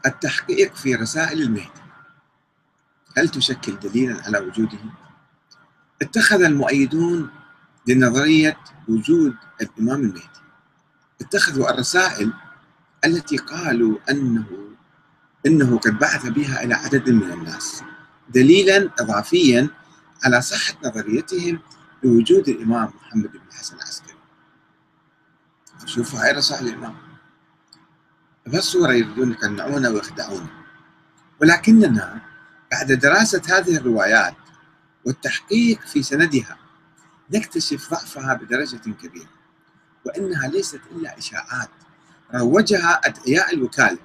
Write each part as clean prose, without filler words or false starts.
التحقيق في رسائل المهدي هل تشكل دليلا على وجوده؟ اتخذ المؤيدون لنظرية وجود الإمام المهدي اتخذوا الرسائل التي قالوا إنه قد بعث بها إلى عدد من الناس دليلا إضافيا على صحة نظريتهم بوجود الإمام محمد بن الحسن العسكري. شوفوا هاي رسائل الإمام بهالصورة يريدون يقنعونا ويخدعونا، ولكننا بعد دراسة هذه الروايات والتحقيق في سندها نكتشف ضعفها بدرجة كبيرة، وأنها ليست إلا إشاعات روجها أدعياء الوكالة.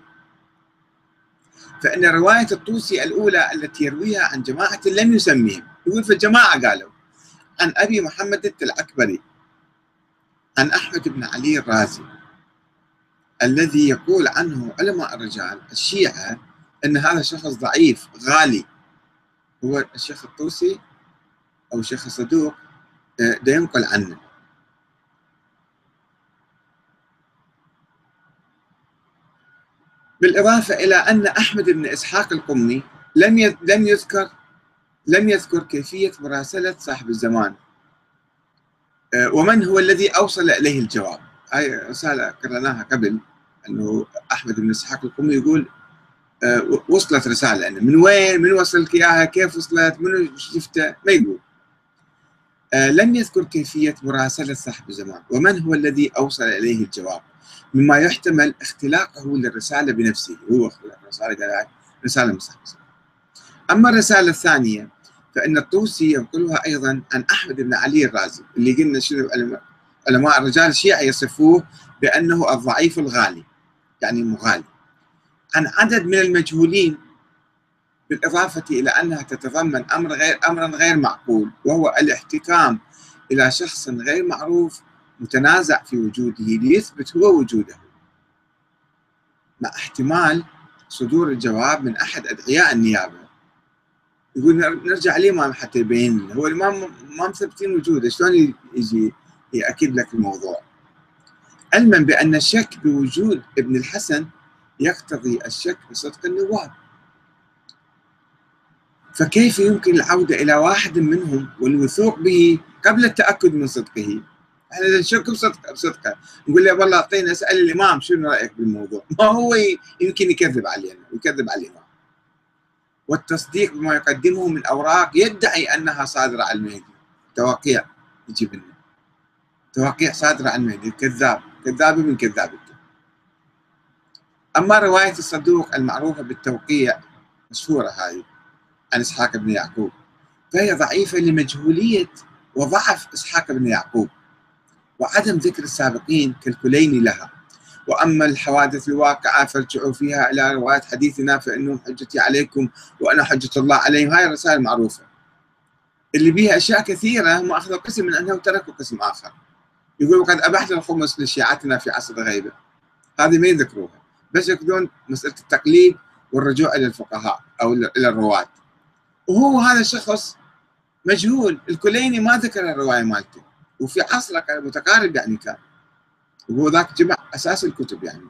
فإن رواية الطوسي الأولى التي يرويها عن جماعة لم يسميهم، يقول في الجماعة قالوا عن أبي محمد التلعكبري عن أحمد بن علي الرازي الذي يقول عنه علماء الرجال الشيعة أن هذا شخص ضعيف غالي. هو الشيخ الطوسي أو الشيخ الصدوق ده ينقل عنه. بالإضافة إلى أن أحمد بن إسحاق القمي لم يذكر كيفية مراسلة صاحب الزمان ومن هو الذي أوصل إليه الجواب. هاي رسالة قرأناها قبل، أنه أحمد بن إسحاق القمي يقول وصلت رسالة أنه من وين، من وصل لك إياها، كيف وصلت، من شفته، ما يقول. لم يذكر كيفية مراسلة صاحب الزمان ومن هو الذي أوصل إليه الجواب، مما يحتمل اختلاقه للرسالة بنفسه. هو اختلاق رسالة من صاحب الزمان. أما الرسالة الثانية فإن الطوسي ينقلها أيضا عن أحمد بن علي الرازي اللي قلنا شنو علماء الرجال الشيعة يصفوه بأنه الضعيف الغالي، يعني مغالي، عن عدد من المجهولين، بالإضافة إلى أنها تتضمن أمرا غير معقول، وهو الاحتكام إلى شخص غير معروف متنازع في وجوده ليثبت هو وجوده، مع احتمال صدور الجواب من أحد أدعياء النيابة. يقول نرجع الإمام حتى يبين لنا، هو الإمام ما مثبتين وجوده، شلون يجي يأكد لك الموضوع؟ علما بأن الشك بوجود ابن الحسن يقتضي الشك بصدق النواب، فكيف يمكن العودة إلى واحد منهم والوثوق به قبل التأكد من صدقه؟ احنا نشك بصدقه، نقول له والله اعطينا، اسأل الإمام شنو رأيك بالموضوع، ما هو يمكن يكذب علينا ويكذب على الإمام. والتصديق بما يقدمه من أوراق يدعي أنها صادرة عن المهدي، توقيع يجيب لنا توقيع صادرة عن المهدي، كذاب من كذابته. أما رواية الصدوق المعروفة بالتوقيع مشهورة هذه عن إسحاق بن يعقوب فهي ضعيفة لمجهولية وضعف إسحاق بن يعقوب وعدم ذكر السابقين كالكليني لها. وأما الحوادث الواقعة فارجعوا فيها إلى رواية حديثنا فإنهم حجتي عليكم وأنا حجة الله عليهم. هاي الرسائل المعروفة اللي بيها أشياء كثيرة هم أخذوا قسم من أنها وتركوا قسم آخر. يقولوا قد أبحنا الخمس لشيعتنا في عصر الغيبة، هذه ما يذكروها، بس يأخذون مسألة التقليد والرجوع إلى الفقهاء أو إلى الرواة. وهو هذا الشخص مجهول، الكليني ما ذكر الرواية مالته، وفي عصره كان متقارب يعني كان، وهو ذاك جمع أساس الكتب يعني.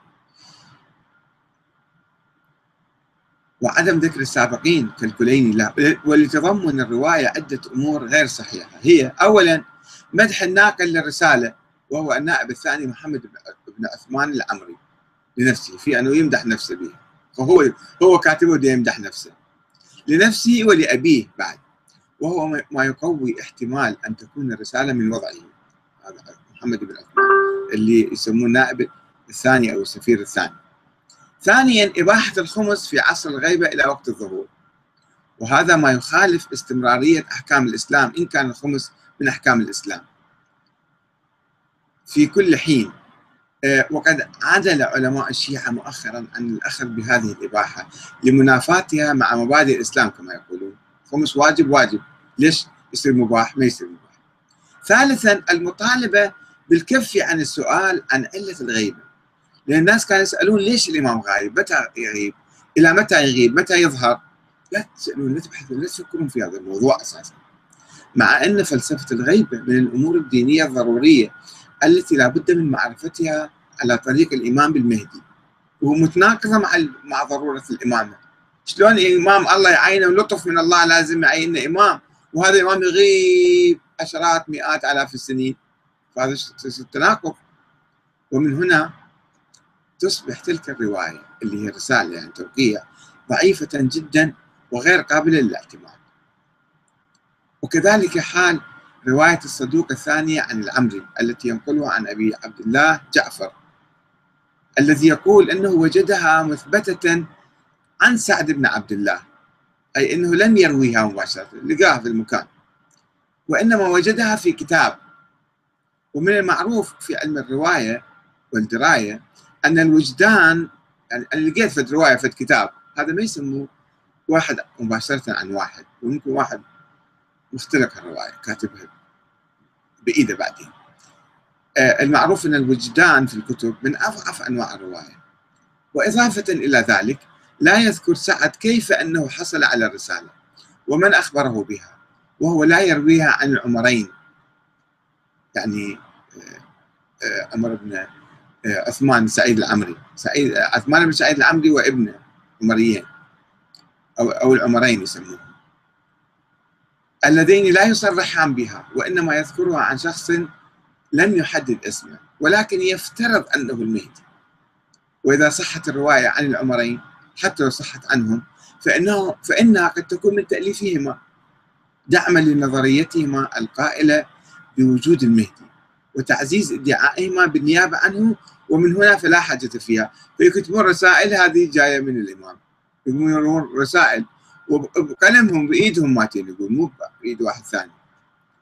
وعدم ذكر السابقين كالكليني لا، ولتضمن الرواية عدة أمور غير صحيحة. هي أولا مدح الناقل للرسالة وهو النائب الثاني محمد بن عثمان العمري لنفسه، في أنه يمدح نفسه به، فهو كاتبه دي يمدح نفسه لنفسه ولأبيه بعد، وهو ما يقوي احتمال أن تكون الرسالة من وضعه، هذا محمد بن عثمان اللي يسموه النائب الثاني أو السفير الثاني. ثانيا إباحة الخمس في عصر الغيبة إلى وقت الظهور، وهذا ما يخالف استمرارية أحكام الإسلام إن كان الخمس من أحكام الإسلام في كل حين. وقد عدل علماء الشيعة مؤخرا عن الأخذ بهذه الإباحة لمنافاتها مع مبادئ الإسلام كما يقولون، خمس واجب، ليش يصير مباح؟ ما يصير مباح. ثالثا المطالبة بالكف عن السؤال عن علة الغيبة، لأن الناس كانوا يسألون ليش الإمام غايب، متى يغيب، إلى متى يغيب، متى يظهر. لا تسألون، لا تبحثون، لا تفكرون في هذا الموضوع أساسا، مع أن فلسفة الغيبة من الأمور الدينية الضرورية التي لا بد من معرفتها على طريق الإيمان بالمهدي. ومتناقضة مع ضرورة الإمامة. شلون إمام الله يعينه ولطف من الله لازم يعيننا إمام، وهذا الإمام يغيب عشرات مئات آلاف السنين؟ فهذا تناقض. ومن هنا تصبح تلك الرواية اللي هي رسالة يعني توقيع ضعيفة جدا وغير قابلة للاعتماد. وكذلك حال رواية الصدوق الثانية عن العمري التي ينقلها عن أبي عبد الله جعفر، الذي يقول أنه وجدها مثبتة عن سعد بن عبد الله، أي أنه لم يرويها مباشرة، لقاها في المكان، وإنما وجدها في كتاب. ومن المعروف في علم الرواية والدراية أن الوجدان، يعني أنا لقيت في رواية في كتاب، هذا ما يسموه واحد مباشرة عن واحد، وممكن واحد مختلق الرواية كاتبها بإيده بعدين. المعروف أن الوجدان في الكتب من أضعف أنواع الرواية. وإضافة إلى ذلك لا يذكر سعد كيف أنه حصل على الرسالة ومن أخبره بها، وهو لا يرويها عن العمرين، يعني عمر بن عثمان سعيد العمري، عثمان بن سعيد العمري وابنه عمريين أو العمرين يسموه، اللذين لا يصرحان بها، وإنما يذكرها عن شخص لم يحدد اسمه ولكن يفترض أنه المهدي. وإذا صحت الرواية عن العمرين حتى لو صحت عنهم فإنها قد تكون من تأليفهما دعما لنظريتهما القائلة بوجود المهدي وتعزيز ادعائهما بالنيابة عنه، ومن هنا فلا حاجة فيها. فيكتبون رسائل هذه جاية من الإمام، يقولون رسائل وبقلمهم بإيدهم ماتين، يقول مو بإيد واحد ثاني.